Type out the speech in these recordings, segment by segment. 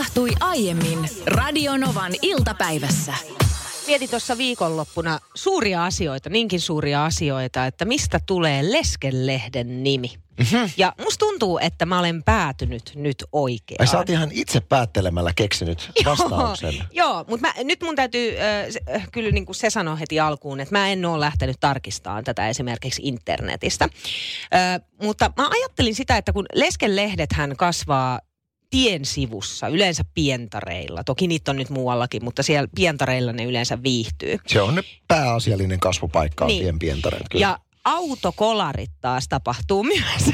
tapahtui aiemmin Radionovan iltapäivässä. Mietin tuossa viikonloppuna suuria asioita, niinkin suuria asioita, että mistä tulee Leskenlehden nimi. Mm-hmm. Ja musta tuntuu, että mä olen päätynyt nyt oikeaan. Ai sä oot ihan itse päättelemällä keksinyt vastauksen. Joo, mutta nyt mun täytyy kyllä niin kuin se sanoa heti alkuun, että mä en ole lähtenyt tarkistamaan tätä esimerkiksi internetistä. Mutta mä ajattelin sitä, että kun Leskenlehdethän kasvaa tien sivussa, yleensä pientareilla. Toki niitä on nyt muuallakin, mutta siellä pientareilla ne yleensä viihtyy. Se on pääasiallinen kasvupaikka, niin. Tien pientareet. Kyllä. Ja autokolarit taas tapahtuu myös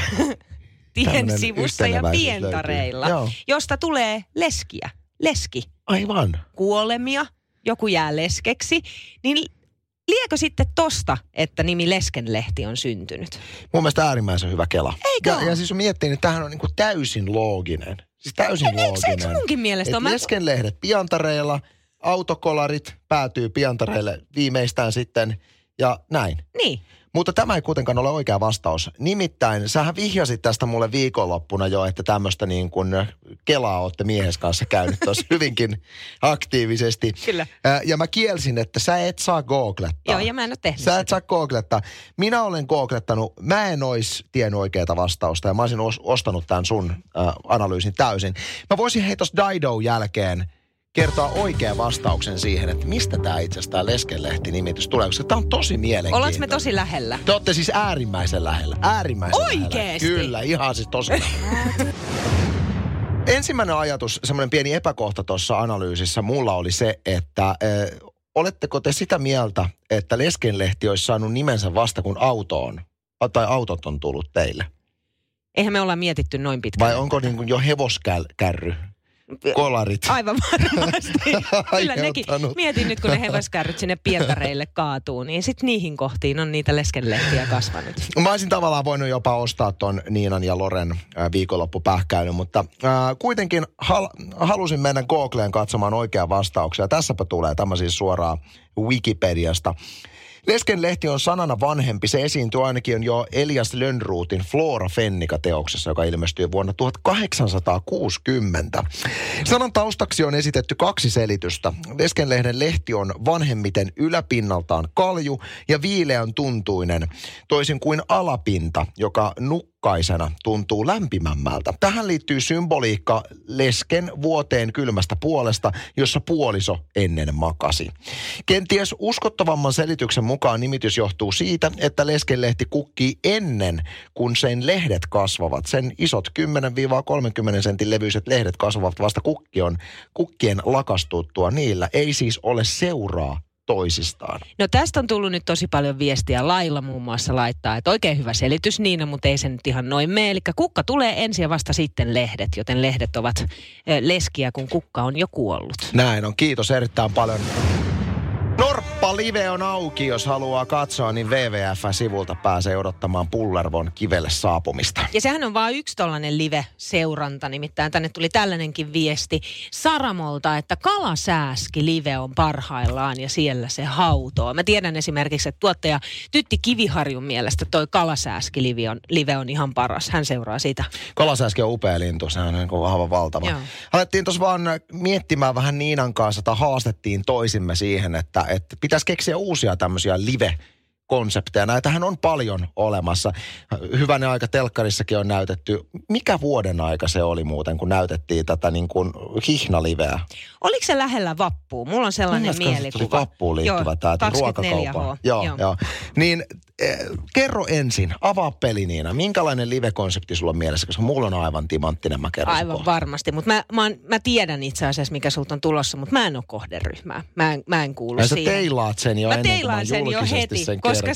tien sivussa ja pientareilla, josta tulee leskiä. Leski. Aivan. Kuolemia, joku jää leskeksi, niin liekö sitten tosta, että nimi Leskenlehti on syntynyt? Mun mielestä äärimmäisen hyvä kela. Eikö? Ja siis miettii, että tämähän on niin kuin täysin looginen. Siis täysin looginen. Eikö se munkin mielestä ole? Leskenlehdet pientareilla, autokolarit päätyy pientareille viimeistään sitten ja näin. Niin. Mutta tämä ei kuitenkaan ole oikea vastaus. Nimittäin, sähän vihjasit tästä mulle viikonloppuna jo, että tämmöistä niin kuin kelaa olette miehes kanssa käynyt tuossa hyvinkin aktiivisesti. Kyllä. Ja mä kielsin, että sä et saa googlettaa. Joo, ja mä en ole tehnyt Sä et saa googlettaa. Minä olen googlettanut, mä en olisi tiennyt oikeaa vastausta ja mä olisin ostanut tämän sun analyysin täysin. Mä voisin tuossa Dido jälkeen kertoa oikean vastauksen siihen, että mistä tämä itse asiassa tämä Leskenlehti-nimitys tulee, koska tämä on tosi mielenkiintoinen. Ollaanko me tosi lähellä? Te olette siis äärimmäisen lähellä. Äärimmäisen oikeesti? Lähellä. Kyllä, ihan siis tosi lähellä. Ensimmäinen ajatus, semmoinen pieni epäkohta tuossa analyysissä mulla oli se, että oletteko te sitä mieltä, että Leskenlehti olisi saanut nimensä vasta kun autot on tullut teille? Eihän me olla mietitty noin pitkään. Vai onko niin kuin jo hevoskärry? Kolarit. Aivan varmasti. Kyllä nekin. Mietin nyt, kun ne hevoskärryt sinne pientareille kaatuu, niin sitten niihin kohtiin on niitä Leskenlehtiä kasvanut. Mä olisin tavallaan voinut jopa ostaa ton Niinan ja Loren viikonloppupähkäilyn, mutta kuitenkin halusin mennä Googleen katsomaan oikeaa vastauksia. Tässäpä tulee tämä siis suoraan Wikipediasta. Leskenlehti on sanana vanhempi. Se esiintyy ainakin jo Elias Lönnrotin Flora Fennica-teoksessa, joka ilmestyi vuonna 1860. Sanan taustaksi on esitetty 2 selitystä. Leskenlehden lehti on vanhemmiten yläpinnaltaan kalju ja viileän tuntuinen, toisin kuin alapinta, joka nukkaisena tuntuu lämpimämmältä. Tähän liittyy symboliikka lesken vuoteen kylmästä puolesta, jossa puoliso ennen makasi. Kenties uskottavamman selityksen mukaan nimitys johtuu siitä, että Leskenlehti kukkii ennen kuin sen lehdet kasvavat. Sen isot 10-30 sentin levyiset lehdet kasvavat vasta kukkien lakastuttua. Niillä ei siis ole seuraa toisistaan. No tästä on tullut nyt tosi paljon viestiä. Laila muun muassa laittaa, että oikein hyvä selitys Niina, mutta ei se nyt ihan noin mene. Eli kukka tulee ensin ja vasta sitten lehdet, joten lehdet ovat leskiä, kun kukka on jo kuollut. Näin on. Kiitos erittäin paljon. Norppa-live on auki, jos haluaa katsoa, niin WWF-sivulta pääsee odottamaan Pullervon kivelle saapumista. Ja sehän on vain yksi tollainen live-seuranta, nimittäin tänne tuli tällainenkin viesti Saramolta, että Kalasääski-live on parhaillaan ja siellä se hautoo. Mä tiedän esimerkiksi, että tuottaja Tytti Kiviharjun mielestä toi Kalasääski-live on ihan paras. Hän seuraa sitä. Kalasääski on upea lintu, se on niin kuin aivan valtava. Joo. Alettiin tuossa vaan miettimään vähän Niinan kanssa, tai haastettiin toisimme siihen, että pitäisi keksiä uusia tämmöisiä live-konsepteja. Näitähän on paljon olemassa. Hyvänä aika telkkarissakin on näytetty. Mikä vuoden aika se oli muuten, kun näytettiin tätä niin kuin hihnaliveä? Oliko se lähellä vappua? Mulla on sellainen mielikuva. Vappuun liittyvä tämä ruokakaupan. Joo. Niin kerro ensin, avaa peli Niina. Minkälainen live-konsepti sulla on mielessä, koska mulla on aivan timanttinen, mä kerron. Aivan varmasti, mutta mä tiedän itse asiassa, mikä sulta on tulossa, mutta mä en ole kohderyhmää. Mä en kuulu siihen. Sä teilaat sen jo ennen kuin mä julkisesti sen koska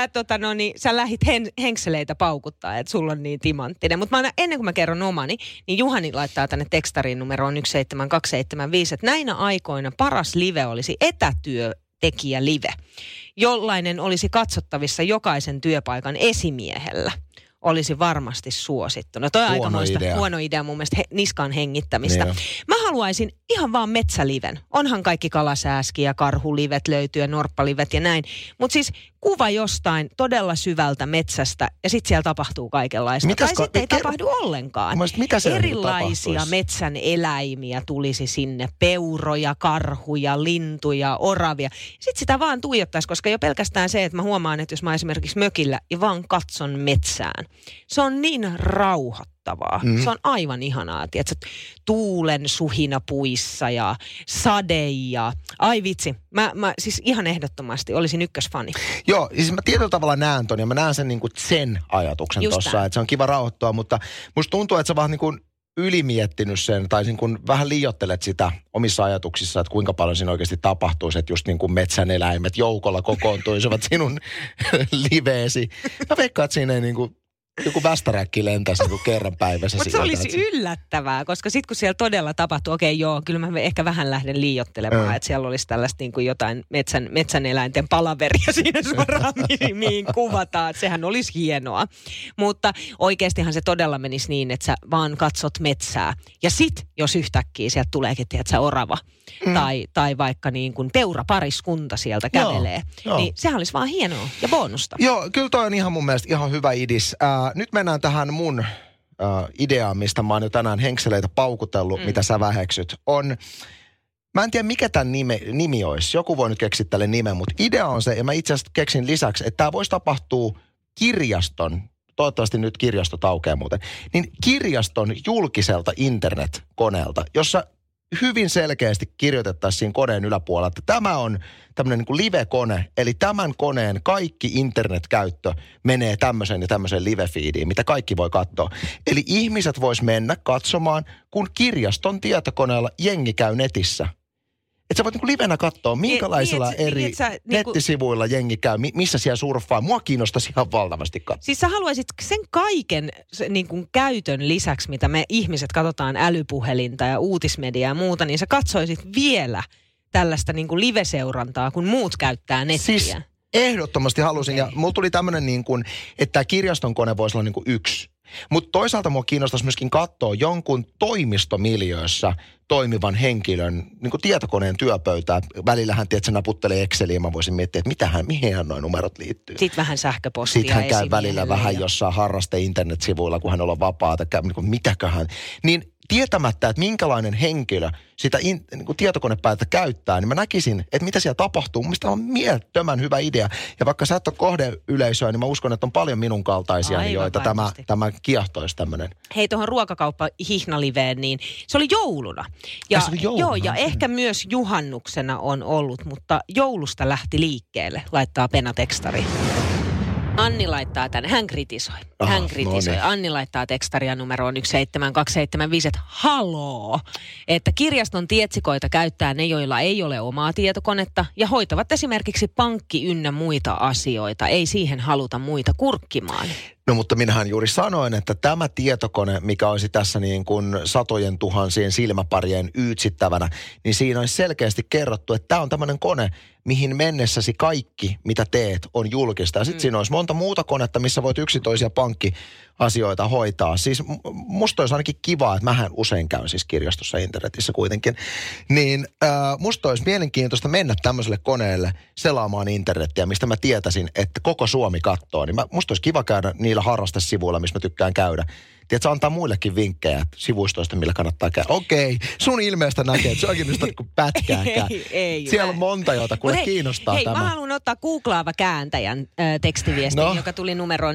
sä lähit henkseleitä paukuttaa, että sulla on niin timanttinen. Mutta ennen kuin mä kerron omani, niin Juhani laittaa tänne tekstariin numeroon 17275, että näinä aikoina paras live olisi etätyötekijä live, jollainen olisi katsottavissa jokaisen työpaikan esimiehellä. Olisi varmasti suosittu. No toi on aikamoista huono idea mun mielestä niskaan hengittämistä. Niin. Mä haluaisin ihan vaan metsäliven. Onhan kaikki kalasääski ja karhulivet löytyy ja norppalivet ja näin. Mutta siis kuva jostain todella syvältä metsästä ja sitten siellä tapahtuu kaikenlaista. Tai sitten ei tapahdu ollenkaan. Erilaisia metsän eläimiä tulisi sinne, peuroja, karhuja, lintuja, oravia. Sitten sitä vaan tuijottaisi, koska jo pelkästään se, että mä huomaan, että jos mä esimerkiksi mökillä ja vaan katson metsään, se on niin rauhoittavaa. Se on aivan ihanaa, tiedätkö, tuulen suhina puissa ja sade ja ai vitsi. Mä siis ihan ehdottomasti olisin ykkösfani. Joo, siis mä tietyllä tavalla näen ton ja mä näen sen niin kuin sen ajatuksen tossa, että se on kiva rauhoittua, mutta musta tuntuu, että sä vaan niin kuin ylimiettinyt sen tai niin kuin vähän liioittelet sitä omissa ajatuksissa, että kuinka paljon siinä oikeasti tapahtuisi, että just niin kuin metsän eläimet joukolla kokoontuisivat sinun liveesi. Mä veikkaan, että siinä ei niin kuin joku västäräkki lentäisi niin kuin kerran päivässä. Mutta se olisi yllättävää, koska sitten kun siellä todella tapahtuu, kyllä mä ehkä vähän lähden liioittelemaan, että siellä olisi tällaista niin kuin jotain metsän eläinten palaveria siinä suoraan, mihin kuvataan. Että sehän olisi hienoa. Mutta oikeastihan se todella menisi niin, että sä vaan katsot metsää. Ja sit, jos yhtäkkiä sieltä tuleekin, tiedätkö, orava tai vaikka niin kuin peurapariskunta sieltä kävelee, niin sehän olisi vaan hienoa ja bonusta. Joo, kyllä toi on ihan mun mielestä ihan hyvä idis. Nyt mennään tähän mun ideaan, mistä mä oon jo tänään henkseleitä paukutellut, mitä sä väheksyt. Mä en tiedä, mikä tämän nimi olisi. Joku voi nyt keksiä tälle nimen, mutta idea on se, ja mä itse asiassa keksin lisäksi, että tämä voisi tapahtua kirjaston, toivottavasti nyt kirjastot aukeaa muuten, niin kirjaston julkiselta internetkoneelta, jossa hyvin selkeästi kirjoitettaisiin siinä koneen yläpuolella, että tämä on tämmöinen niin kuin live-kone, eli tämän koneen kaikki internetkäyttö menee tämmöiseen ja tämmöiseen live-feediin, mitä kaikki voi katsoa. Eli ihmiset vois mennä katsomaan, kun kirjaston tietokoneella jengi käy netissä. Että sä voit niinku livenä katsoa, minkälaisilla eri nettisivuilla jengi käy, missä siellä surffaa. Mua kiinnostaisi ihan valtavasti katsoa. Siis sä haluaisit sen kaiken niin kuin käytön lisäksi, mitä me ihmiset katsotaan älypuhelinta ja uutismediaa ja muuta, niin sä katsoisit vielä tällaista niin kuin live-seurantaa, kun muut käyttää nettiä. Siis ehdottomasti halusin, ja mulla tuli tämmöinen niin kuin, että tämä kirjaston kone voisi olla niin kuin yksi. Mutta toisaalta mua kiinnostaisi myöskin katsoa jonkun toimistomiljöössä toimivan henkilön niin kuin tietokoneen työpöytää. Välillähän, tiedät, se naputtelee Exceliä ja mä voisin miettiä, että mihin nuo numerot liittyy. Sitten vähän sähköpostia. Sitten hän käy välillä vähän jossain harraste-internetsivuilla, kun hän on vapaata, niin kuin mitäköhän. Niin tietämättä, että minkälainen henkilö sitä niin kuin tietokonepäätä käyttää, niin mä näkisin, että mitä siellä tapahtuu. Mun mielestä on mielettömän hyvä idea. Ja vaikka sä et ole kohdeyleisöä, niin mä uskon, että on paljon minun kaltaisia, joita tämä kiehtoisi tämmöinen. Hei, tuohon ruokakauppa Hihnaliveen, niin se oli jouluna. Ja, joo, ja ehkä myös juhannuksena on ollut, mutta joulusta lähti liikkeelle, laittaa Pena-tekstari. Anni laittaa tänne, hän kritisoi. No niin. Anni laittaa tekstaria numeroon 17275, että haloo, että kirjaston tietsikoita käyttää ne, joilla ei ole omaa tietokonetta ja hoitavat esimerkiksi pankki ynnä muita asioita. Ei siihen haluta muita kurkkimaan. No mutta minähän juuri sanoin, että tämä tietokone, mikä olisi tässä niin kuin satojen tuhansien silmäparien yytsittävänä, niin siinä olisi selkeästi kerrottu, että tämä on tämmöinen kone, mihin mennessäsi kaikki, mitä teet, on julkista. Ja sitten siinä olisi monta muuta konetta, missä voit yksittäisiä pankkiasioita hoitaa. Siis musta olisi ainakin kivaa, että mähän usein käyn siis kirjastossa internetissä kuitenkin. Niin musta olisi mielenkiintoista mennä tämmöiselle koneelle selaamaan internetiä, mistä mä tietäisin, että koko Suomi katsoo. Niin musta olisi kiva käydä niillä harrastesivuilla, missä mä tykkään käydä. Tiedätkö, antaa muillekin vinkkejä sivustoista, millä kannattaa käydä. Okei, sun ilmeestä näkee, että se onkin nyt niin pätkääkään. Siellä on monta, joita kuule kiinnostaa tämä. Mä haluan ottaa googlaava kääntäjän tekstiviestin, joka tuli numeroon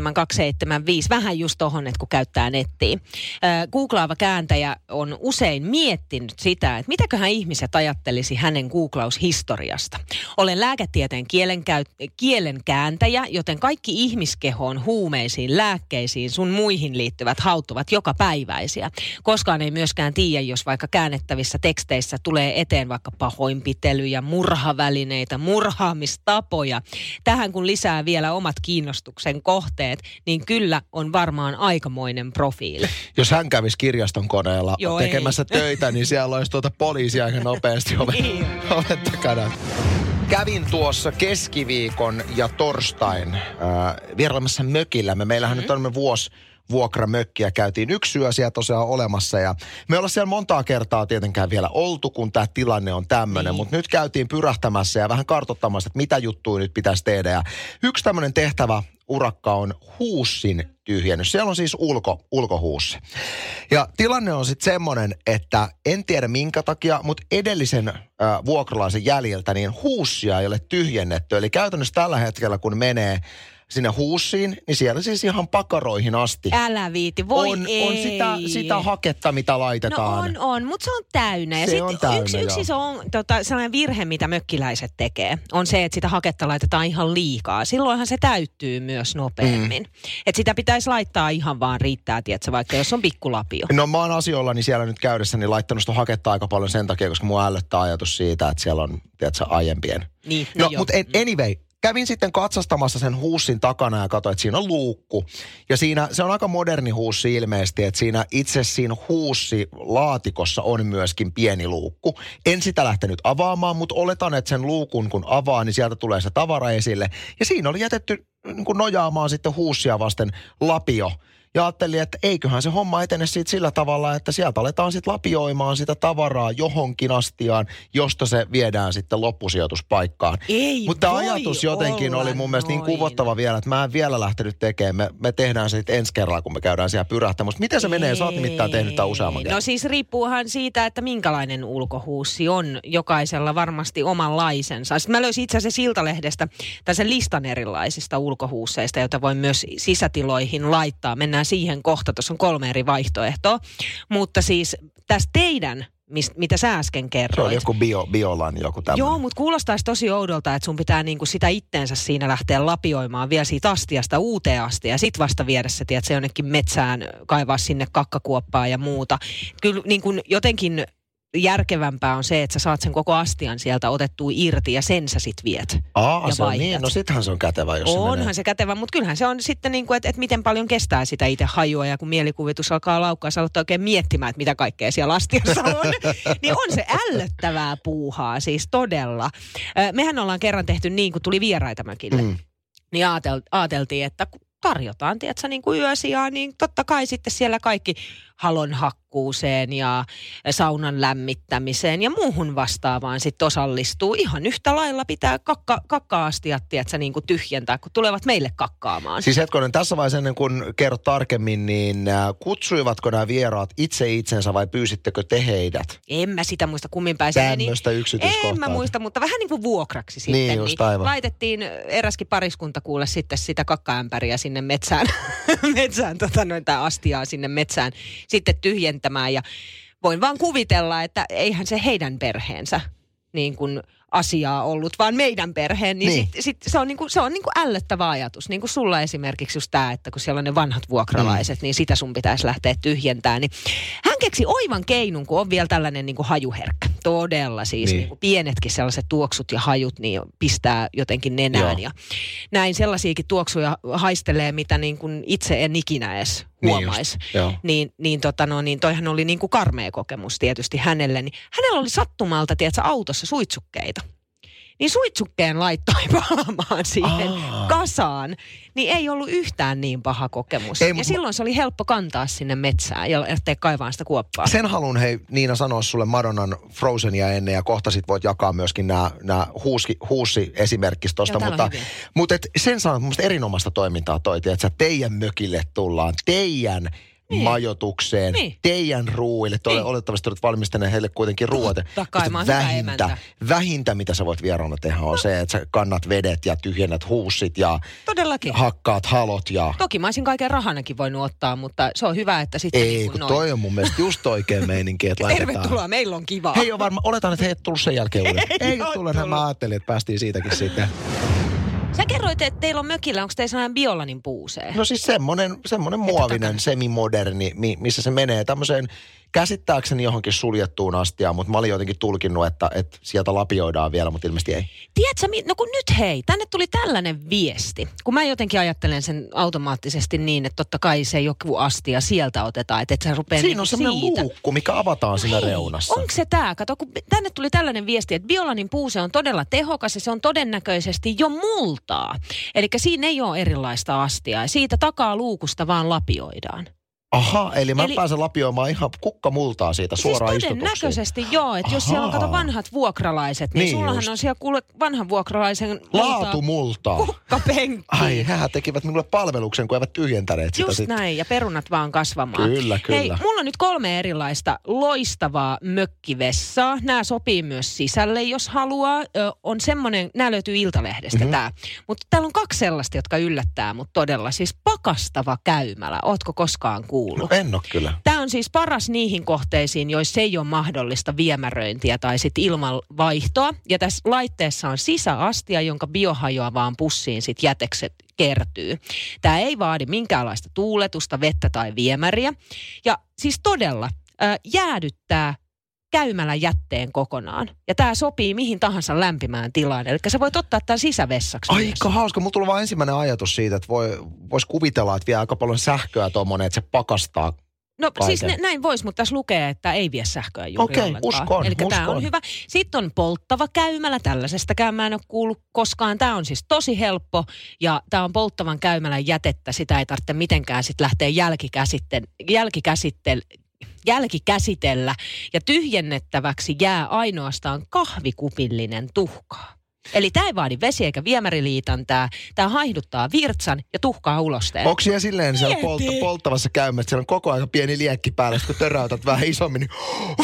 17275. Vähän just tohon, että kun käyttää nettiä. Googlaava kääntäjä on usein miettinyt sitä, että mitäköhän ihmiset ajattelisi hänen googlaushistoriasta. Olen lääketieteen kielen kääntäjä, joten kaikki ihmiskehoon, huumeisiin, lääkkeisiin, sun muihin liittyvät haut ovat joka päiväisiä. Koskaan ei myöskään tiedä, jos vaikka käännettävissä teksteissä tulee eteen vaikka pahoinpitelyjä, murhavälineitä, murhaamistapoja. Tähän kun lisää vielä omat kiinnostuksen kohteet, niin kyllä on varmaan aikamoinen profiili. Jos hän kävisi kirjaston koneella tekemässä töitä, niin siellä olisi poliisia aika nopeasti ovet takana. Kävin tuossa keskiviikon ja torstain vierailemassa mökillä. Meillähän nyt on vuokramökkiä. Käytiin yksi yö siellä tosiaan olemassa ja me ollaan siellä montaa kertaa tietenkään vielä oltu, kun tämä tilanne on tämmöinen. Mutta nyt käytiin pyrähtämässä ja vähän kartoittamassa, että mitä juttuja nyt pitäisi tehdä. Ja yksi tämmöinen tehtävä urakka on huussin tyhjennys. Siellä on siis ulkohuussi. Ja tilanne on sitten semmoinen, että en tiedä minkä takia, mutta edellisen vuokralaisen jäljiltä niin huussia ei ole tyhjennetty. Eli käytännössä tällä hetkellä, kun menee sinne huussiin, niin siellä siis ihan pakaroihin asti. Älä viiti, voi on sitä haketta, mitä laitetaan. No on, mutta se on täynnä. Ja se on täynnä, yksi se on sellainen virhe, mitä mökkiläiset tekee, on se, että sitä haketta laitetaan ihan liikaa. Silloinhan se täyttyy myös nopeammin. Että sitä pitäisi laittaa ihan vaan riittää, tietsä, vaikka jos on pikkulapio. No mä oon asioillani siellä nyt käydessäni laittanut sitä haketta aika paljon sen takia, koska mua ällöttää ajatus siitä, että siellä on, tietsä, aiempien. Niin, no mutta anyway. Kävin sitten katsastamassa sen huussin takana ja katsoin, että siinä on luukku. Ja se on aika moderni huussi ilmeisesti, että siinä huussilaatikossa on myöskin pieni luukku. En sitä lähtenyt avaamaan, mutta oletan, että sen luukun kun avaa, niin sieltä tulee se tavara esille. Ja siinä oli jätetty niin kuin nojaamaan sitten huussia vasten lapio. Ja ajattelin, että eiköhän se homma etene siitä sillä tavalla, että sieltä aletaan sitten lapioimaan sitä tavaraa johonkin astiaan, josta se viedään sitten loppusijoituspaikkaan. Mutta ajatus jotenkin oli mun mielestä niin kuvottava vielä, että mä en vielä lähtenyt tekemään. Me tehdään se sitten ensi kerralla, kun me käydään siellä pyrähtämässä. Miten se menee? Sä oot nimittäin tehnyt tämän useamman kerran. No siis riippuuhan siitä, että minkälainen ulkohuussi on. Jokaisella varmasti omanlaisensa. Sitten mä löysin itse asiassa Iltalehdestä sen listan erilaisista ulkohuusseista, joita voi myös sisätiloihin laittaa. Mennään siihen kohta, tuossa on 3 eri vaihtoehtoa, mutta siis tässä teidän, mitä sä äsken kerroit. Se on joku biolan joku tämmöinen. Joo, mutta kuulostaisi tosi oudolta, että sun pitää niinku sitä itteensä siinä lähteä lapioimaan vielä siitä astiasta uuteen astiaan ja sit vasta viedä se, tiedät, se jonnekin metsään, kaivaa sinne kakkakuoppaa ja muuta. Kyllä niin kuin jotenkin järkevämpää on se, että sä saat sen koko astian sieltä otettua irti ja sen sä sit viet. Ja se on niin. No sittenhän se on kätevä, jos onhan se kätevä, mutta kyllähän se on sitten niin kuin, että miten paljon kestää sitä itse hajua ja kun mielikuvitus alkaa laukkaa, sä aloittaa oikein miettimään, että mitä kaikkea siellä astiassa on. Niin on se ällöttävää puuhaa, siis todella. Mehän ollaan kerran tehty niin, kun tuli vieraita mökille. Niin ajateltiin, että tarjotaan, tiedätkö, niin kuin yösijaa, niin totta kai sitten siellä kaikki halon hakkuuseen ja saunan lämmittämiseen ja muuhun vastaavaan sitten osallistuu. Ihan yhtä lailla pitää kakka-astiat, tiedätkö, niin kuin tyhjentää, kun tulevat meille kakkaamaan. Siis hetkonen, tässä vaiheessa ennen kuin kerrot tarkemmin, niin kutsuivatko nämä vieraat itse itsensä vai pyysittekö te heidät? En mä sitä muista kummin päin. Tämmöistä yksityiskohtaa. En mä muista, mutta vähän niin kuin vuokraksi sitten. Niin, just aivan. Laitettiin eräskin pariskunta kuule sitten sitä kakkaämpäriä sinne metsään tai astiaa sinne metsään sitten tyhjentämään ja voin vaan kuvitella, että eihän se heidän perheensä niin kuin asiaa ollut, vaan meidän perheen, niin. Sit se on niinku ällöttävä ajatus. Niin kuin sulla esimerkiksi just tämä, että kun siellä on ne vanhat vuokralaiset, niin sitä sun pitäisi lähteä tyhjentämään. Niin hän keksi oivan keinun, kun on vielä tällainen niinku hajuherkkä. Todella siis niinku pienetkin sellaiset tuoksut ja hajut niin pistää jotenkin nenään. Ja näin sellaisiakin tuoksuja haistelee, mitä niin kuin itse en ikinä edes huomaisi. Niin toihan oli niin kuin karmea kokemus tietysti hänelle. Niin hänellä oli sattumalta, tiedätkö, autossa suitsukkeita. Niin suitsukkeen laittoi palamaan siihen kasaan, niin ei ollut yhtään niin paha kokemus. Ja silloin se oli helppo kantaa sinne metsään ja lähteä kaivaan sitä kuoppaa. Sen halun hei Niina sanoa sulle Madonnan Frozenia ennen ja kohta sit voit jakaa myöskin nämä huussi-esimerkkistosta. Mutta sen sanoo, mun erinomaista toimintaa toi, että teidän mökille tullaan, teidän majoitukseen, teidän ruuille. Olettavasti olet valmistaneet heille kuitenkin ruoat. Vähintä, mitä sä voit vieraana tehdä, on se, että sä kannat vedet ja tyhjennät huussit ja hakkaat halot. Ja toki mä olisin kaiken rahanakin voinut ottaa, mutta se on hyvä, että sitten ei, kun toi on mun mielestä just oikein meininki, että laitetaan. Tervetuloa, meillä on kiva. Hei, on varma, oletan, että he et tullut sen jälkeen uuden. Ei tullut, mä ajattelin, että päästiin siitäkin sitten. Sä kerroit, että teillä on mökillä, onko teillä sellainen biolanin puusee? No siis semmoinen muovinen, semimoderni, missä se menee tämmöiseen käsittääkseni johonkin suljettuun astiaan, mutta mä olin jotenkin tulkinnut, että sieltä lapioidaan vielä, mutta ilmeisesti ei. Tiedätkö, no kun nyt hei, tänne tuli tällainen viesti, kun mä jotenkin ajattelen sen automaattisesti niin, että totta kai se joku astia sieltä otetaan, että et sä rupea siinä on semmoinen luukku, mikä avataan siinä reunassa. Onko se tää? Kato, kun tänne tuli tällainen viesti, että biolanin puuse on todella tehokas ja se on todennäköisesti jo multa. multaa. Eli siinä ei ole erilaista astiaa. Siitä takaa luukusta vaan lapioidaan. Aha, eli mä pääsen lapioimaan ihan kukkamultaa siitä suoraan siis istutukseen. Todennäköisesti joo, että jos siellä on kato vanhat vuokralaiset, niin sullahan just on siellä kuule vanhan vuokralaisen laatumultaa. Kukkapenkki. Ai, hehän tekivät minulle palveluksen, kun eivät tyhjentäneet sitä. Just näin, ja perunat vaan kasvamaan. Kyllä. Hei, mulla on nyt 3 erilaista loistavaa mökkivessaa. Nämä sopii myös sisälle, jos haluaa. On semmoinen, nämä löytyy Iltalehdestä tää. Mutta täällä on 2 sellaista, jotka yllättää mut todella. Siis pakastava käymälä. Ootko koskaan kuullut? No en ole kyllä. Tämä on siis paras niihin kohteisiin, joissa ei ole mahdollista viemäröintiä tai sitten ilmanvaihtoa. Ja tässä laitteessa on sisäastia, jonka biohajoavaan pussiin sitten jätekset kertyy. Tämä ei vaadi minkäänlaista tuuletusta, vettä tai viemäriä. Ja siis todella jäädyttää käymälän jätteen kokonaan. Ja tämä sopii mihin tahansa lämpimään tilaan. Eli sä voit ottaa tämän sisävessaksi. Aika hauska. Mulla tuli vaan ensimmäinen ajatus siitä, että vois kuvitella, että vie aika paljon sähköä tuommoinen, että se pakastaa. No kaiken. Siis näin voisi, mutta tässä lukee, että ei vie sähköä juuri ollenkaan. Uskon. Eli tämä on hyvä. Sitten on polttava käymälä. Tällaisestakään mä en ole kuullut koskaan. Tämä on siis tosi helppo ja tämä on polttavan käymälän jätettä. Sitä ei tarvitse mitenkään sitten lähteä jälkikäsitellä ja tyhjennettäväksi jää ainoastaan kahvikupillinen tuhkaa. Eli tämä ei vaadi vesi- eikä viemäriliitantää. Tämä haihduttaa virtsan ja tuhkaa ulosteen. Onko siellä silleen siellä polttavassa käymässä, että siellä on koko ajan pieni liekki päällä, kun töräytät vähän isommin, niin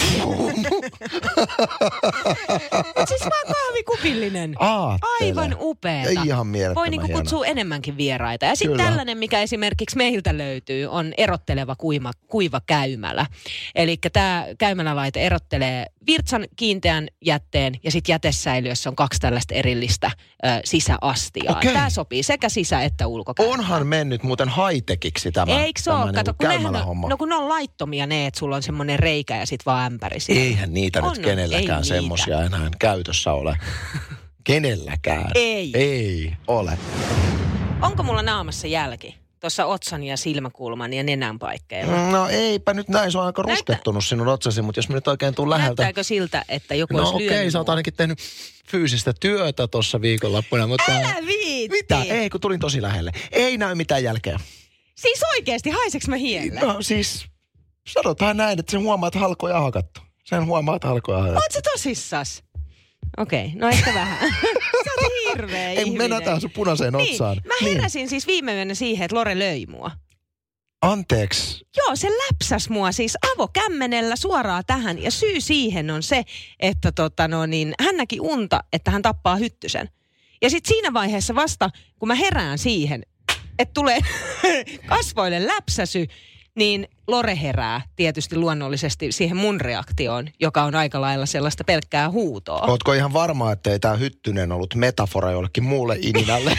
siis vaan kahvikupillinen. Aivan upeeta. Ihan mielettömän voi niinku kutsua enemmänkin vieraita. Ja sitten tällainen, mikä esimerkiksi meiltä löytyy, on erotteleva kuiva käymälä. Eli tämä käymälälaite erottelee virtsan, kiinteän jätteen ja sitten jätesäiliössä on 2 tällaista erillistä sisäastiaa. Okay. Tämä sopii sekä sisä- että ulkokäymällä. Onhan mennyt muuten high-techiksi tämä. Eikö se ole? Kato, kun ne on laittomia ne, että sulla on semmoinen reikä ja sitten vaan ämpäri siellä. Eihän niitä nyt kenelläkään semmoisia enää käytössä ole. Kenelläkään. Ei ole. Onko mulla naamassa jälki? Tuossa otsan ja silmäkulman ja nenän paikkeilla. No eipä nyt näin, se on aika ruskettunut sinun otsasi, mutta jos mä nyt oikein tuun läheltä. Näyttääkö siltä, että joku olisi lyönyt? No okei, sä oot ainakin tehnyt fyysistä työtä tuossa viikonloppuna, mutta älä viitti! Mitä? Ei, kun tulin tosi lähelle. Ei näy mitään jälkeä. Siis oikeesti, haiseks mä hielle? No siis, sanotaan näin, että sen huomaa, että halkoja hakattu. Sen huomaa, että halkoja hakattu. Oot sä tosissas? Okei, no ehkä vähän. Sä oot hirveä ihminen. Ei, mennä tähän sun punaiseen otsaan. Mä heräsin siis viime yönä siihen, että Lore löi mua. Anteeksi. Joo, se läpsäs mua siis avokämmenellä suoraan tähän. Ja syy siihen on se, että hän näki unta, että hän tappaa hyttysen. Ja sitten siinä vaiheessa vasta, kun mä herään siihen, että tulee kasvoille läpsäsy, niin Lore herää tietysti luonnollisesti siihen mun reaktioon, joka on aika lailla sellaista pelkkää huutoa. Ootko ihan varma, että ei tää hyttynen ollut metafora jollekin muulle ininälle?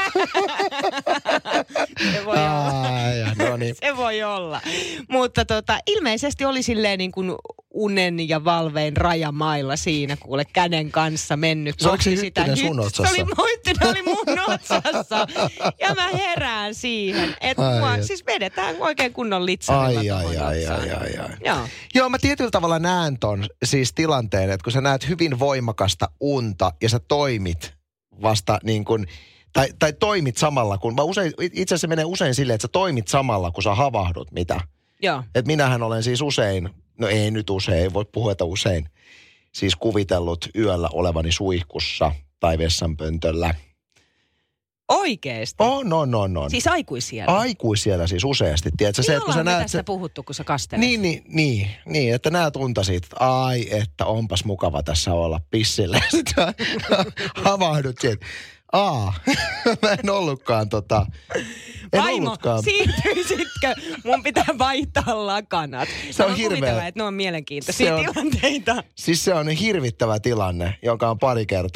Se voi olla. No niin. Se voi olla. Mutta ilmeisesti oli silleen niin kuin unen ja valvein rajamailla siinä, kuule käden kanssa mennyt. Se oliko se hyttynen sun otsassa? Se oli mun otsassa. Ja mä herään siihen, että mua siis vedetään oikein kunnon litsarilla. Ai. Joo, mä tietyllä tavalla näen ton siis tilanteen, että kun sä näet hyvin voimakasta unta ja sä toimit vasta niin kuin, tai toimit samalla, kun itse asiassa menee usein silleen, että sä toimit samalla, kun sä havahdut, mitä? Joo. Että minähän olen siis usein, no ei nyt usein, ei voi puhua, että usein, siis kuvitellut yöllä olevani suihkussa tai vessanpöntöllä. Oikeesti? On. Siis aikuisiellä? Aikuisiellä siis useasti. Tiedätkö, se, kun sä näet tästä puhuttu, kun sä kastelet. Niin, että näet unta siitä, että onpas mukava tässä olla pissille. Sitten havahdut siitä. Mä en ollutkaan Vaimo, siirtyisitkö? Mun pitää vaihtaa lakanat. Se on hirveä. Kuvitella, että ne on mielenkiintoisia tilanteita. Siis se on hirvittävä tilanne, joka on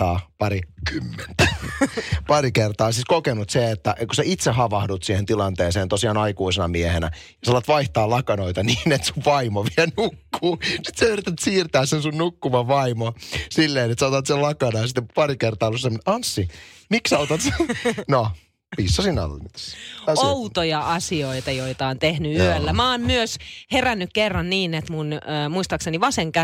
pari kertaa siis kokenut se, että kun sä itse havahdut siihen tilanteeseen tosiaan aikuisena miehenä, ja sä alat vaihtaa lakanoita niin, että sun vaimo vielä nukkuu. Sitten sä yrität siirtää sen sun nukkuvan vaimo silleen, että sä otat sen lakana ja sitten pari kertaa ollut semmoinen, Anssi, miksi sä otat sen? No, pissasin alle. Outoja asioita, joita on tehnyt yöllä. Mä oon myös herännyt kerran niin, että mun muistaakseni vasen käsi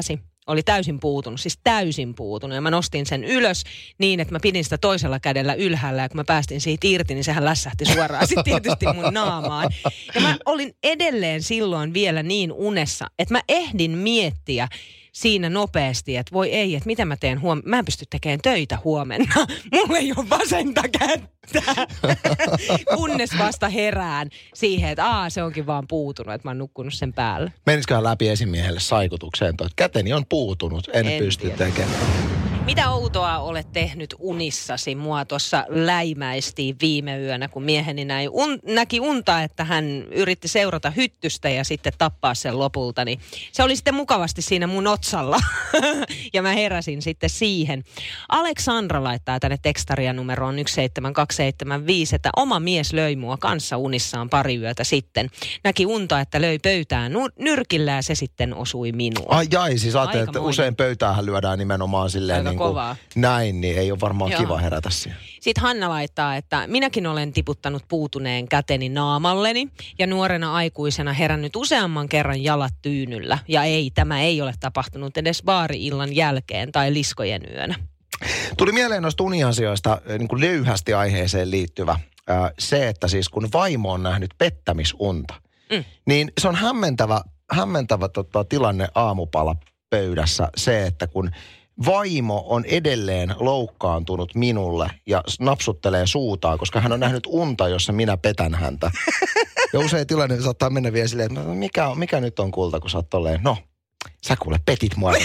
oli täysin puutunut, siis täysin puutunut. Ja mä nostin sen ylös niin, että mä pidin sitä toisella kädellä ylhäällä. Ja kun mä päästin siitä irti, niin sehän lässähti suoraan sitten tietysti mun naamaan. Ja mä olin edelleen silloin vielä niin unessa, että mä ehdin miettiä siinä nopeasti, että voi ei, että mitä mä teen huomenna. Mä en pysty tekemään töitä huomenna. Mulla ei ole vasenta kättä. Kunnes vasta herään siihen, että se onkin vaan puutunut, että mä oon nukkunut sen päälle. Menisiköhän läpi esimiehelle saikutukseen, että käteni on puutunut, en pysty tekemään. Mitä outoa olet tehnyt unissasi? Mua tuossa läimäistiin viime yönä, kun mieheni näki unta, että hän yritti seurata hyttystä ja sitten tappaa sen lopulta. Niin se oli sitten mukavasti siinä mun otsalla ja mä heräsin sitten siihen. Aleksandra laittaa tänne tekstaria numeroon 17275, että oma mies löi mua kanssa unissaan pari yötä sitten. Näki unta, että löi pöytään nyrkillä ja se sitten osui minua. Ai, siis ajattelin, että usein pöytäähän lyödään nimenomaan silleen kovaa. Näin, niin ei ole varmaan kiva herätä siihen. Sitten Hanna laittaa, että minäkin olen tiputtanut puutuneen käteni naamalleni ja nuorena aikuisena herännyt useamman kerran jalat tyynyllä. Ja tämä ei ole tapahtunut edes baari-illan jälkeen tai liskojen yönä. Tuli mieleen noista uniasioista niin kuin löyhästi aiheeseen liittyvä se, että siis kun vaimo on nähnyt pettämisunta, niin se on hämmentävä tilanne aamupalapöydässä se, että kun vaimo on edelleen loukkaantunut minulle ja napsuttelee suutaan, koska hän on nähnyt unta, jossa minä petän häntä. Ja usein tilanne saattaa mennä vielä silleen, että mikä nyt on kulta, kun sä oot tolleen, sä kuule petit mua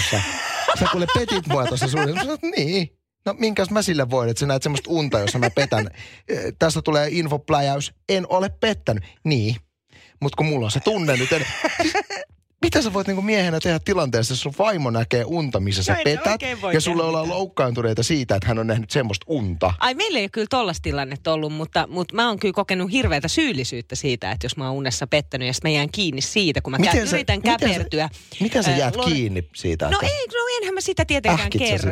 tuossa suunnassa. Niin. No minkäs mä sille voin, että sä näet semmoista unta, jossa mä petän. Tästä tulee infopläjäys, en ole pettänyt. Niin, mutta kun mulla on se tunne nyt, mitä sä voit niinku miehenä tehdä tilanteessa, jos sun vaimo näkee unta, missä sä petät, ja sulle ollaan loukkaantuneita siitä, että hän on nähnyt semmoista unta? Ai, meillä ei ole kyllä tollaista tilannetta ollut, mutta mä oon kyllä kokenut hirveätä syyllisyyttä siitä, että jos mä oon unessa pettänyt ja sitten mä jään kiinni siitä, kun mä yritän käpertyä. Miten sä jäät kiinni siitä? Että... enhän mä sitä tietenkään kerro.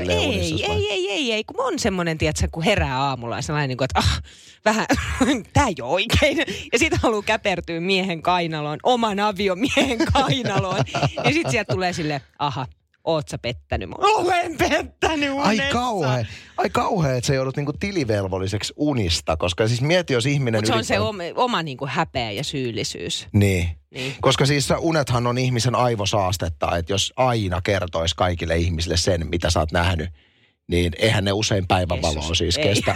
Ei, kun mä oon semmoinen, tiedätkö, kun herää aamulla ja sellainen, että vähän, tää ei ole oikein. Ja sit haluaa käpertyä miehen kainaloon, oman aviomiehen kainaloon. Ja sit sieltä tulee silleen, oot sä pettänyt? Olen pettänyt unessa. Ai kauhea, että sä joudut niinku tilivelvolliseksi unista, koska siis mieti, jos ihminen... Mutta se on se oma niinku häpeä ja syyllisyys. Niin. Koska siis unethan on ihmisen aivosaastetta, että jos aina kertoisi kaikille ihmisille sen, mitä sä oot nähnyt, niin eihän ne usein päivänvaloa siis kestä.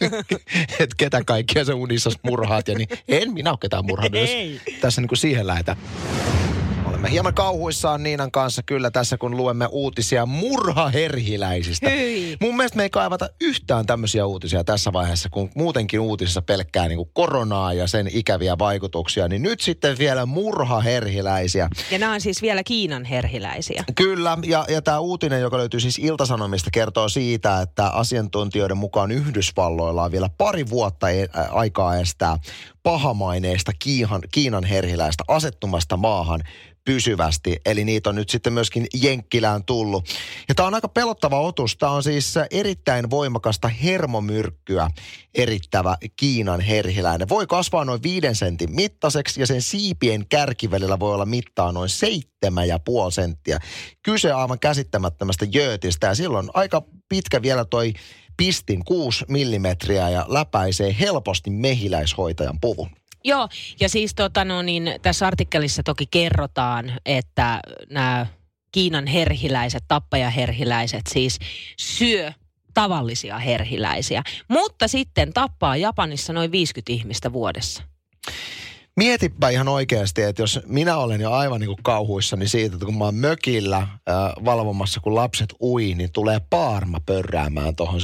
Että ketä kaikkia se unissa murhaat ja niin. En minä ole ketään murhannut, tässä niin kuin siihen lähdetään. Olemme hieman kauhuissaan Niinan kanssa kyllä tässä, kun luemme uutisia murhaherhiläisistä. Hyi. Mun mielestä me ei kaivata yhtään tämmöisiä uutisia tässä vaiheessa, kun muutenkin uutisissa pelkkää niin kuin koronaa ja sen ikäviä vaikutuksia, niin nyt sitten vielä murhaherhiläisiä. Ja nämä on siis vielä Kiinan herhiläisiä. Kyllä, ja tämä uutinen, joka löytyy siis Ilta-Sanomista, kertoo siitä, että asiantuntijoiden mukaan Yhdysvalloilla on vielä pari vuotta aikaa estää pahamaineista Kiinan herhiläistä asettumasta maahan pysyvästi. Eli niitä on nyt sitten myöskin Jenkkilään tullut. Ja tämä on aika pelottava otus. Tämä on siis erittäin voimakasta hermomyrkkyä erittävä Kiinan herhiläinen. Voi kasvaa noin 5 sentin mittaiseksi ja sen siipien kärkivälillä voi olla mittaa noin 7,5 senttiä. Kyse aivan käsittämättömästä jöötistä ja silloin aika pitkä vielä toi pistin 6 millimetriä ja läpäisee helposti mehiläishoitajan puvun. Joo, ja siis tässä artikkelissa toki kerrotaan, että nämä Kiinan herhiläiset, tappajaherhiläiset siis syö tavallisia herhiläisiä, mutta sitten tappaa Japanissa noin 50 ihmistä vuodessa. Mietipä ihan oikeasti, että jos minä olen jo aivan niin kuin kauhuissani siitä, että kun mä oon mökillä valvomassa, kun lapset ui, niin tulee paarma pörräämään tuohon.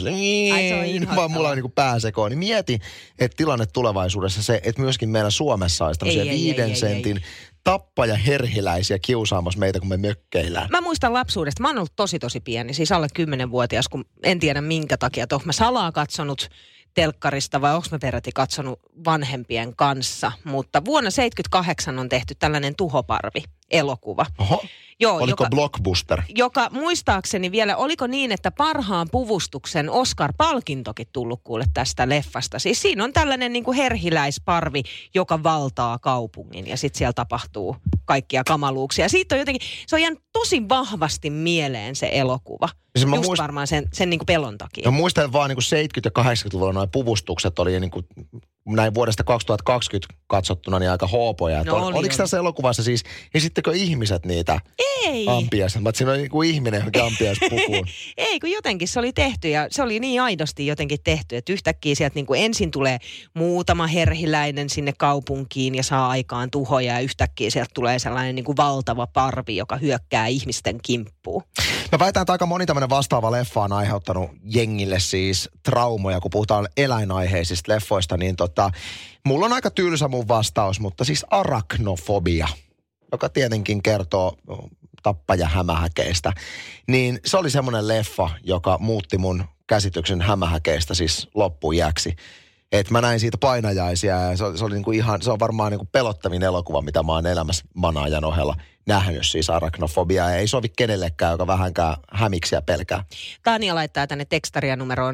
Vaan mulla on niin kuin pääsekoon. Niin mieti, että tilanne tulevaisuudessa se, että myöskin meillä Suomessa olisi tämmöisiä 5 sentin tappajaherhiläisiä kiusaamassa meitä, kun me mökkeillään. Mä muistan lapsuudesta. Mä oon ollut tosi pieni, siis alle 10-vuotias, kun en tiedä minkä takia. Mä salaa katsonut telkkarista vai onko mä peräti katsonut vanhempien kanssa. Mutta vuonna 1978 on tehty tällainen tuhoparvi. elokuva. Oho. Joo, Oliko blockbuster? Joka muistaakseni vielä, oliko niin, että parhaan puvustuksen Oscar-palkintokin tullut kuule tästä leffasta. Siis siinä on tällainen niin kuin herhiläisparvi, joka valtaa kaupungin ja sitten siellä tapahtuu kaikkia kamaluuksia. Siitä on jotenkin, se on jäänyt tosi vahvasti mieleen se elokuva. Just varmaan sen niin kuin pelon takia. Mä muistan vaan niin kuin 70- ja 80-luvulla nuo puvustukset oli niin kuin näin vuodesta 2020 katsottuna niin aika hoopoja. Oliko tässä elokuvassa siis, esittekö ihmiset niitä ampiaisia? Siinä oli niin kuin ihminen johonkin ampiaispukuun. Ei, kun jotenkin se oli tehty ja se oli niin aidosti jotenkin tehty, että yhtäkkiä sieltä niin kuin ensin tulee muutama herhiläinen sinne kaupunkiin ja saa aikaan tuhoja ja yhtäkkiä sieltä tulee sellainen niin kuin valtava parvi, joka hyökkää ihmisten kimppuun. Mä väitän, että aika moni tämmöinen vastaava leffa on aiheuttanut jengille siis traumoja, kun puhutaan eläinaiheisista leffoista, niin mulla on aika tylsä mun vastaus, mutta siis arachnofobia, joka tietenkin kertoo tappajahämähäkeistä, niin se oli semmoinen leffa, joka muutti mun käsityksen hämähäkeistä siis loppuiäksi. Että mä näin siitä painajaisia ja se oli niinku ihan, se on varmaan niinku pelottavin elokuva, mitä mä oon elämässä manaajan ohella nähnyt, siis arachnofobia. Ja ei sovi kenellekään, joka vähänkään hämiksiä pelkää. Tania laittaa tänne tekstaria numeroon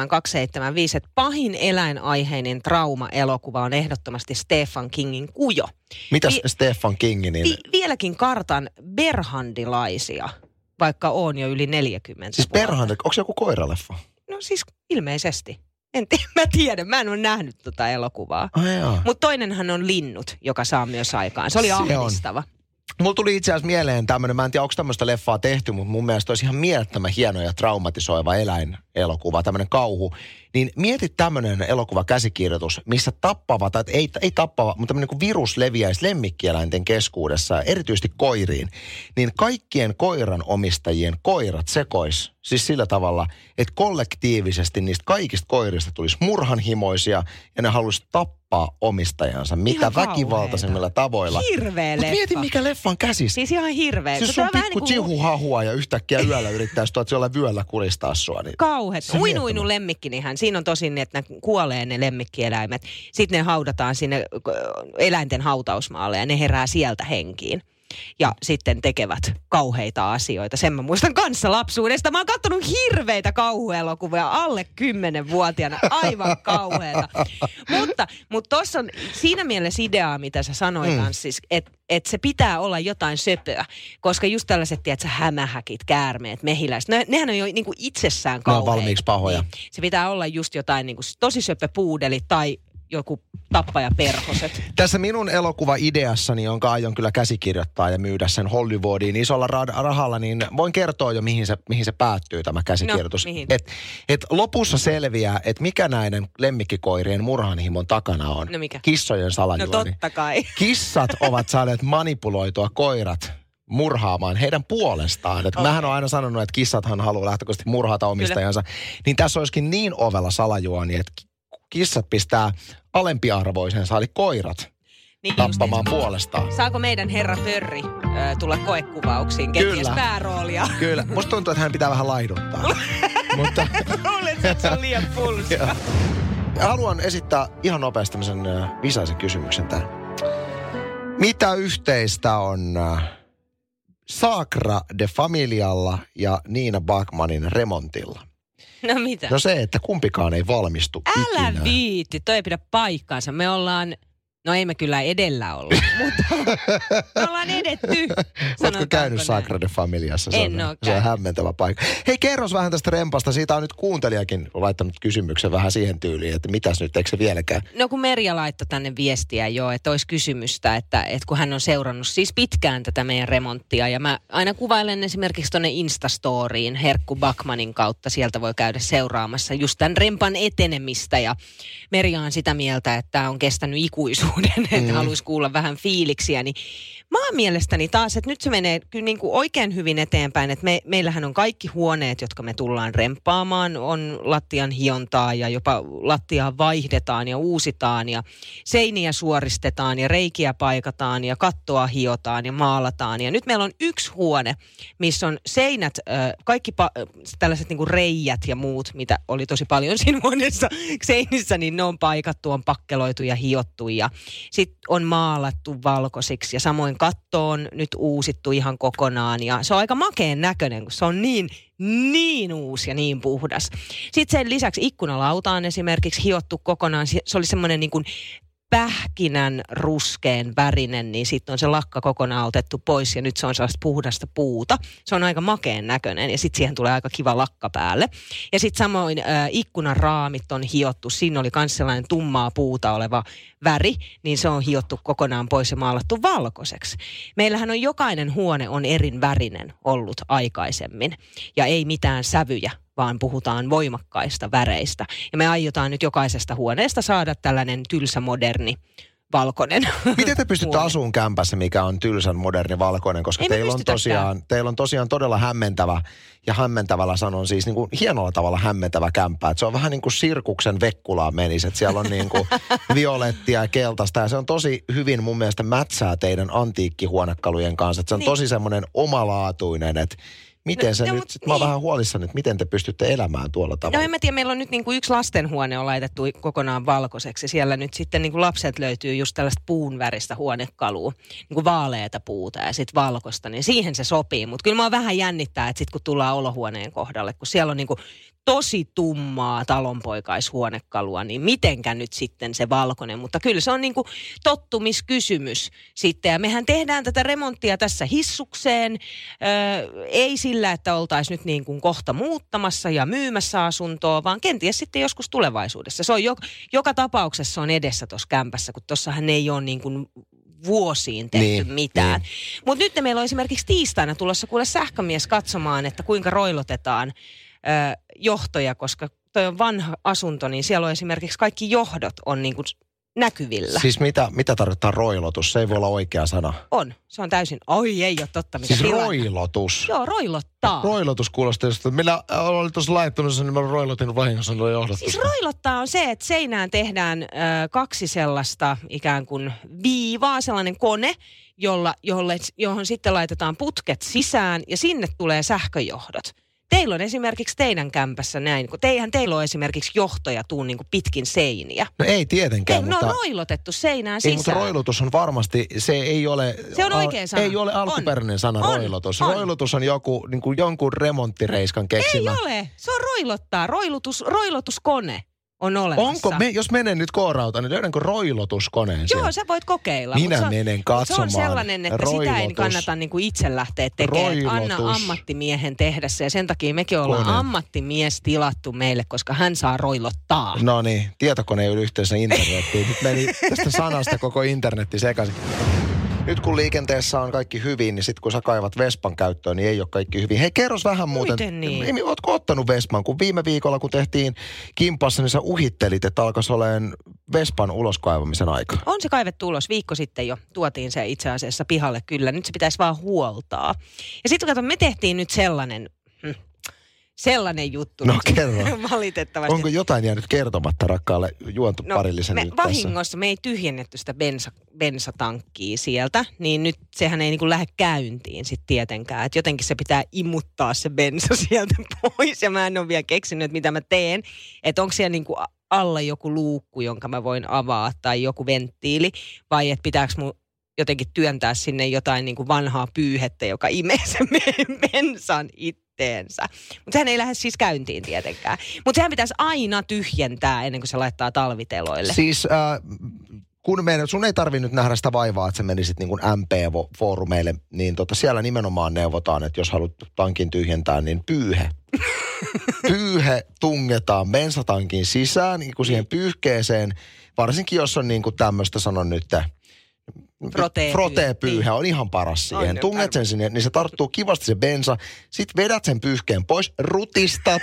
17275, että pahin eläinaiheinen trauma-elokuva on ehdottomasti Stephen Kingin Kujo. Mitäs Stephen King? Niin... Vieläkin kartan berhandilaisia, vaikka on jo yli 40 Siis berhandi, onko se joku koiraleffa? No siis ilmeisesti. Mä tiedän, mä en ole nähnyt tota elokuvaa. Mutta toinenhan on Linnut, joka saa myös aikaan. Se oli ahdistava. Mulla tuli itse asiassa mieleen tämmöinen, mä en tiedä onko tämmöistä leffaa tehty, mutta mun mielestä olisi ihan mielettömän hieno ja traumatisoiva eläinelokuva, tämmöinen kauhu. Niin mieti tämmöinen elokuvakäsikirjoitus, missä tappava, tai ei tappava, mutta tämmöinen kuin virus leviäisi lemmikkieläinten keskuudessa, erityisesti koiriin. Niin kaikkien koiran omistajien koirat sekois siis sillä tavalla, että kollektiivisesti niistä kaikista koirista tulisi murhanhimoisia ja ne haluaisi tappaa omistajansa mitä väkivaltaisemmilla tavoilla. Hirveä leffa. Mutta mieti mikä leffan käsissä. Siis ihan hirveä. Siis sun pikku chihuahua ja yhtäkkiä yöllä yrittäisi jollain vyöllä kuristaa sua. Niin kauheet. Uinu lemmikkinihän. Siinä on tosin niin, että ne kuolee ne lemmikkieläimet. Sitten ne haudataan sinne eläinten hautausmaalle ja ne herää sieltä henkiin. Ja sitten tekevät kauheita asioita. Sen mä muistan kanssa lapsuudesta. Mä oon kattonut hirveitä kauhuelokuvia alle 10-vuotiaana. Aivan kauheita. Mutta tossa on siinä mielessä ideaa, mitä sä sanoit kanssa, siis, että se pitää olla jotain söpöä. Koska just tällaiset, tiedätkö, hämähäkit, käärmeet, mehiläiset, nehän on jo niin kuin itsessään kauheita. Ne on valmiiksi pahoja. Niin, se pitää olla just jotain niin kuin tosi söpö puudeli tai joku tappajaperhoset. Tässä minun elokuva-ideassani, jonka aion kyllä käsikirjoittaa ja myydä sen Hollywoodiin isolla rahalla, niin voin kertoa jo, mihin se päättyy tämä käsikirjoitus. No, mihin? Et lopussa selviää, että mikä näiden lemmikkikoirien murhanhimon takana on. No mikä? Kissojen salajuoni. No totta kai. Kissat ovat saaneet manipuloitua koirat murhaamaan heidän puolestaan. Että mähän olen aina sanonut, että kissathan haluaa lähtökohtaisesti murhata omistajansa. Kyllä. Niin tässä olisikin niin ovella salajuoni, että kissat pistää alempiarvoisensa, eli koirat, niin tappamaan puolestaan. Saako meidän herra Pörri tulla koekuvauksiin, kenties pääroolia? Kyllä. Musta tuntuu, että hän pitää vähän laihduttaa. Mutta luulen, että se on liian pulska. Haluan esittää ihan nopeasti tämmöisen visaisen kysymyksen tähän. Mitä yhteistä on Sagra de Familialla ja Nina Bachmanin Remontilla? No mitä? No se, että kumpikaan ei valmistu Älä ikinä. viitti, toi ei pidä paikkaansa. Me ollaan, no ei me kyllä edellä olla, mutta me ollaan edetty. Oletko käynyt Sagra de Familiassa? Se on hämmentävä paikka. Hei, kerros vähän tästä rempasta. Siitä on nyt kuuntelijakin laittanut kysymyksen vähän siihen tyyliin, että mitäs nyt, eikö se vieläkään? No kun Merja laittoi tänne viestiä jo, että olisi kysymystä, että kun hän on seurannut siis pitkään tätä meidän remonttia. Ja mä aina kuvailen esimerkiksi tuonne Instastoriin Herkku Bachmanin kautta. Sieltä voi käydä seuraamassa just tämän rempan etenemistä. Ja Merja on sitä mieltä, että tämä on kestänyt ikuisuuden, että haluaisi kuulla vähän fiiliksiä. Niin mä oon mielestäni taas, että nyt se menee kyllä niin kuin oikein hyvin eteenpäin, että meillähän on kaikki huoneet, jotka me tullaan remppaamaan, on lattian hiontaa ja jopa lattiaa vaihdetaan ja uusitaan ja seiniä suoristetaan ja reikiä paikataan ja kattoa hiotaan ja maalataan. Ja nyt meillä on yksi huone, missä on seinät, kaikki tällaiset niin kuin reijät ja muut, mitä oli tosi paljon siinä huoneessa seinissä, niin ne on paikattu, on pakkeloitu ja hiottu ja Sitten on maalattu valkoisiksi ja samoin katto on nyt uusittu ihan kokonaan. Ja se on aika makeen näköinen, kun se on niin uusi ja niin puhdas. Sitten sen lisäksi ikkunalauta on esimerkiksi hiottu kokonaan. Se oli semmoinen niin kuin pähkinän ruskeen värinen, niin sitten on se lakka kokonaan otettu pois ja nyt se on sellaista puhdasta puuta. Se on aika makeen näköinen ja sitten siihen tulee aika kiva lakka päälle. Ja sitten samoin ikkunan raamit on hiottu. Siinä oli myös sellainen tummaa puuta oleva väri, niin se on hiottu kokonaan pois ja maalattu valkoiseksi. Meillähän on jokainen huone on erin värinen ollut aikaisemmin ja ei mitään sävyjä, vaan puhutaan voimakkaista väreistä. Ja me aiotaan nyt jokaisesta huoneesta saada tällainen tylsä, moderni, valkoinen. Miten te pystytte asuun kämpässä, mikä on tylsän, moderni, valkoinen? Koska teillä on tosiaan todella hämmentävä, ja hämmentävällä sanon siis niin kuin hienolla tavalla hämmentävä kämppä. Et se on vähän niin kuin sirkuksen Vekkulaan menisi, että siellä on niin kuin violettia ja keltaista. Ja se on tosi hyvin mun mielestä mätsää teidän antiikkihuonekalujen kanssa. Et se on tosi semmoinen omalaatuinen, että miten se nyt, mä oon vähän huolissani, että miten te pystytte elämään tuolla tavalla? No en mä tiedä, meillä on nyt niin kuin yksi lastenhuone on laitettu kokonaan valkoiseksi. Siellä nyt sitten niin kuin lapset löytyy just tällaista puun väristä huonekalua, niin kuin vaaleata puuta ja sitten valkoista, niin siihen se sopii. Mutta kyllä mä vähän jännittää, että sitten kun tullaan olohuoneen kohdalle, kun siellä on niin kuin tosi tummaa talonpoikaishuonekalua, niin mitenkä nyt sitten se valkoinen. Mutta kyllä se on niin kuin tottumiskysymys sitten. Ja mehän tehdään tätä remonttia tässä hissukseen. Ei sillä, että oltaisiin nyt niin kuin kohta muuttamassa ja myymässä asuntoa, vaan kenties sitten joskus tulevaisuudessa. Se on joka tapauksessa on edessä tuossa kämpässä, kun tuossahan ei ole niin kuin vuosiin tehty mitään. Mutta nyt meillä on esimerkiksi tiistaina tulossa kuule sähkömies katsomaan, että kuinka roilotetaan johtoja, koska toi on vanha asunto, niin siellä on esimerkiksi kaikki johdot on niin kuin näkyvillä. Siis mitä tarkoittaa roilotus? Se ei voi olla oikea sana. On. Se on täysin, ei ole totta. Siis roilotus? Joo, roilottaa. Roilotus kuulostaa, että minä olin tuossa laittanut sen, niin mä roilotin vahingossa nuo johdot. Siis roilottaa on se, että seinään tehdään kaksi sellaista ikään kuin viivaa, sellainen kone, johon sitten laitetaan putket sisään ja sinne tulee sähköjohdot. Teillä on esimerkiksi teidän kämpässä näin, kun teillä on esimerkiksi johtoja niin kuin pitkin seiniä. No ei tietenkään, mutta ne on roilotettu seinään sisään. Ei, mutta roilotus on varmasti, se ei ole... Se on oikea sana. Ei ole alkuperäinen sana roilotus. Roilotus on niin kuin jonkun remonttireiskan keksimä. Ei ole, se on roilottaa. Roilotuskone on olemassa. Jos menen nyt K-rautaan, niin löydänkö roilotuskoneen sieltä? Joo, sä voit kokeilla. Minä menen katsomaan. Se on sellainen, että sitä ei kannata niin kuin itse lähteä tekemään. Anna ammattimiehen tehdä se. Ja sen takia mekin ollaan ammattimies tilattu meille, koska hän saa roilottaa. No niin, tietokone ei ole yhteensä internettiin. Nyt meni tästä sanasta koko internetti sekaisin. Nyt kun liikenteessä on kaikki hyvin, niin sitten kun sä kaivat Vespan käyttöön, niin ei ole kaikki hyvin. Hei, kerros vähän muuten. Miten niin? Ootko ottanut Vespan? Kun viime viikolla, kun tehtiin kimpassa, niin sä uhittelit, että alkaisi olemaan Vespan uloskaivamisen aika. On se kaivettu ulos. Viikko sitten jo tuotiin se itse asiassa pihalle kyllä. Nyt se pitäisi vaan huoltaa. Ja sitten kato, me tehtiin nyt sellainen juttu. No kerro. Valitettavasti. Onko jotain jäänyt kertomatta rakkaalle juontoparilliselle nyt vahingossa me ei tyhjennetty sitä bensatankkia sieltä, niin nyt sehän ei niinku lähde käyntiin sitten tietenkään. Että jotenkin se pitää imuttaa se bensa sieltä pois ja mä en ole vielä keksinyt, että mitä mä teen. Että onko siellä niinku alla joku luukku, jonka mä voin avaa tai joku venttiili vai että pitääkö mun jotenkin työntää sinne jotain niinku vanhaa pyyhettä, joka imee sen bensan itteensä. Mutta sehän ei lähde siis käyntiin tietenkään. Mutta sehän pitäisi aina tyhjentää ennen kuin se laittaa talviteloille. Siis kun sun ei tarvitse nyt nähdä sitä vaivaa, että sä menisit niin kuin MP-foorumeille, niin siellä nimenomaan neuvotaan, että jos haluat tankin tyhjentää, niin pyyhe. Pyyhe tungetaan bensatankin sisään, niin kuin siihen pyyhkeeseen, varsinkin jos on niin kuin tämmöistä, sanon nyt, Frotee-pyyhe on ihan paras siihen. Tunget sen sinne, niin se tarttuu kivasti se bensa. Sitten vedät sen pyyhkeen pois, rutistat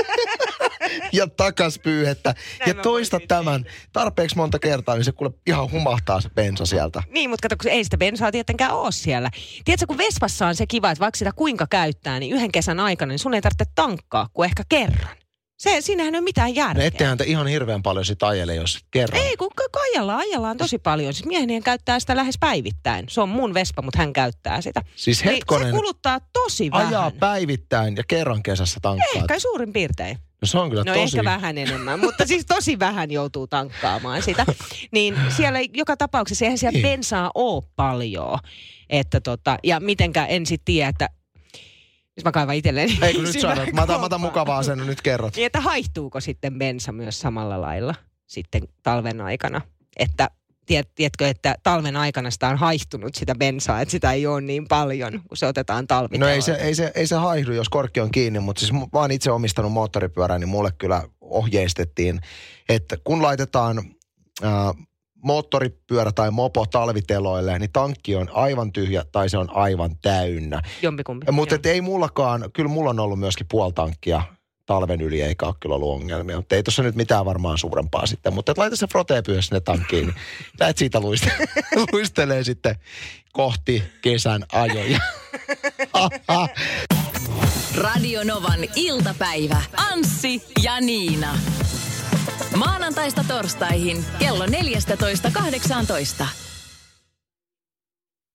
ja takas pyyhettä. Ja toista tämän tarpeeksi monta kertaa, niin se kuule ihan humahtaa se bensa sieltä. Niin, mutta kato, kun ei sitä bensaa tietenkään ole siellä. Tiedätkö, kun Vespassa on se kiva, että vaikka sitä kuinka käyttää, niin yhden kesän aikana niin sun ei tarvitse tankkaa kuin ehkä kerran. Siinähän ei ole mitään järkeä. Ettehän te ihan hirveän paljon sit ajele, jos kerran. Ei, kun ajellaan tosi paljon. Siis mieheni käyttää sitä lähes päivittäin. Se on mun Vespa, mutta hän käyttää sitä. Siis hetkonen, se kuluttaa tosi vähän. Ajaa päivittäin ja kerran kesässä tankkaat. Ehkä suurin piirtein. No se on kyllä tosi... ehkä vähän enemmän, mutta siis tosi vähän joutuu tankkaamaan sitä. Niin siellä joka tapauksessa eihän siellä bensaa ole paljon. Että ja mitenkä en sit tiedä, että jos mä kaivan itselleni. Ei kun nyt sanot, mä otan mukavaa sen, nyt kerrot. Niin, että haihtuuko sitten bensa myös samalla lailla sitten talven aikana? Että tiedätkö, että talven aikana sitä on haihtunut sitä bensaa, että sitä ei ole niin paljon, kun se otetaan talviteloille. No ei se haihdu, jos korkki on kiinni, mutta siis mä oon itse omistanut moottoripyörän, niin mulle kyllä ohjeistettiin, että kun laitetaan moottoripyörä tai mopo talviteloille, niin tankki on aivan tyhjä tai se on aivan täynnä. Jompikumpi. Mutta ei mullakaan, kyllä mulla on ollut myöskin puoltankkia talven yli, eikä ole kyllä ollut ongelmia. Mutta ei tuossa nyt mitään varmaan suurempaa sitten. Mutta laita se frotee-pyhä sinne tankkiin, niin lähet siitä luistelee sitten kohti kesän ajoja. Radio Novan iltapäivä. Anssi ja Niina. Maanantaista torstaihin kello 14.18.